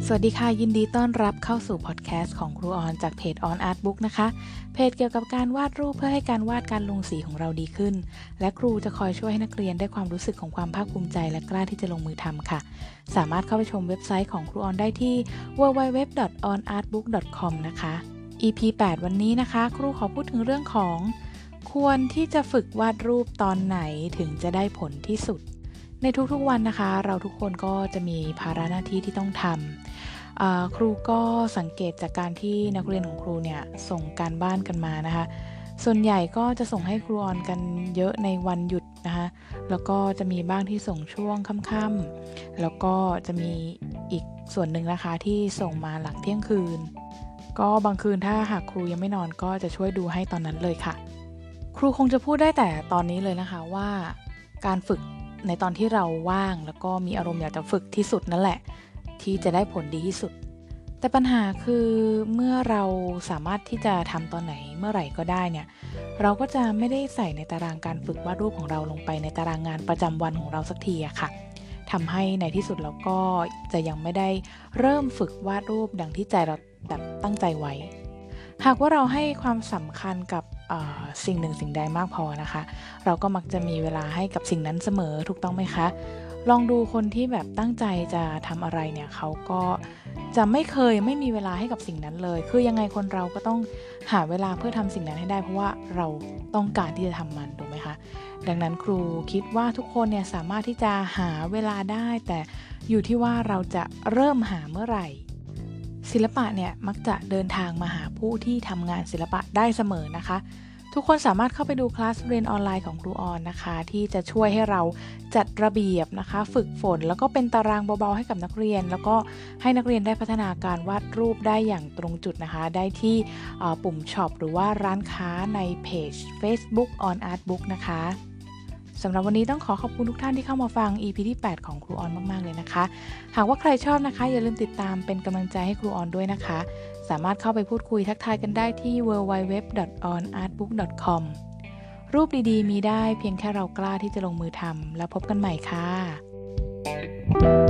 สวัสดีค่ะยินดีต้อนรับเข้าสู่พอดแคสต์ของครูออนจากเพจ On Art Book นะคะเพจเกี่ยวกับการวาดรูปเพื่อให้การวาดการลงสีของเราดีขึ้นและครูจะคอยช่วยให้นักเรียนได้ความรู้สึกของความภาคภูมิใจและกล้าที่จะลงมือทำค่ะสามารถเข้าไปชมเว็บไซต์ของครูออนได้ที่ www.onartbook.com นะคะ EP 8 วันนี้นะคะครูขอพูดถึงเรื่องของควรที่จะฝึกวาดรูปตอนไหนถึงจะได้ผลที่สุดในทุกๆวันนะคะเราทุกคนก็จะมีภาระหน้าที่ที่ต้องทำครูก็สังเกตจากการที่นักเรียนของครูเนี่ยส่งการบ้านกันมานะคะส่วนใหญ่ก็จะส่งให้ครูออนกันเยอะในวันหยุดนะคะแล้วก็จะมีบ้างที่ส่งช่วงค่ำๆแล้วก็จะมีอีกส่วนหนึ่งนะคะที่ส่งมาหลังเที่ยงคืนก็บางคืนถ้าหากครูยังไม่นอนก็จะช่วยดูให้ตอนนั้นเลยค่ะครูคงจะพูดได้แต่ตอนนี้เลยนะคะว่าการฝึกในตอนที่เราว่างแล้วก็มีอารมณ์อยากจะฝึกที่สุดนั่นแหละที่จะได้ผลดีที่สุดแต่ปัญหาคือเมื่อเราสามารถที่จะทำตอนไหนเมื่อไหร่ก็ได้เนี่ยเราก็จะไม่ได้ใส่ในตารางการฝึกวาดรูปของเราลงไปในตารางงานประจำวันของเราสักทีอะค่ะทำให้ในที่สุดเราก็จะยังไม่ได้เริ่มฝึกวาดรูปดังที่ใจเราแบบตั้งใจไว้หากว่าเราให้ความสำคัญกับสิ่งหนึ่งสิ่งใดมากพอนะคะเราก็มักจะมีเวลาให้กับสิ่งนั้นเสมอถูกต้องไหมคะลองดูคนที่แบบตั้งใจจะทำอะไรเนี่ยเขาก็จะไม่มีเวลาให้กับสิ่งนั้นเลยคือยังไงคนเราก็ต้องหาเวลาเพื่อทำสิ่งนั้นให้ได้เพราะว่าเราต้องการที่จะทำมันถูกไหมคะดังนั้นครูคิดว่าทุกคนเนี่ยสามารถที่จะหาเวลาได้แต่อยู่ที่ว่าเราจะเริ่มหาเมื่อไหร่ศิลปะเนี่ยมักจะเดินทางมาหาผู้ที่ทำงานศิลปะได้เสมอนะคะทุกคนสามารถเข้าไปดูคลาสเรียนออนไลน์ของครูออนนะคะที่จะช่วยให้เราจัดระเบียบนะคะฝึกฝนแล้วก็เป็นตารางเบาๆให้กับนักเรียนแล้วก็ให้นักเรียนได้พัฒนาการวาดรูปได้อย่างตรงจุดนะคะได้ที่ปุ่มช็อปหรือว่าร้านค้าในเพจ Facebook On Art Book นะคะสำหรับวันนี้ต้องขอบคุณทุกท่านที่เข้ามาฟัง EP ที่ 8 ของครูออนมากๆเลยนะคะหากว่าใครชอบนะคะอย่าลืมติดตามเป็นกำลังใจให้ครูออนด้วยนะคะสามารถเข้าไปพูดคุยทักทายกันได้ที่ www.onartbook.com รูปดีๆมีได้เพียงแค่เรากล้าที่จะลงมือทำแล้วพบกันใหม่ค่ะ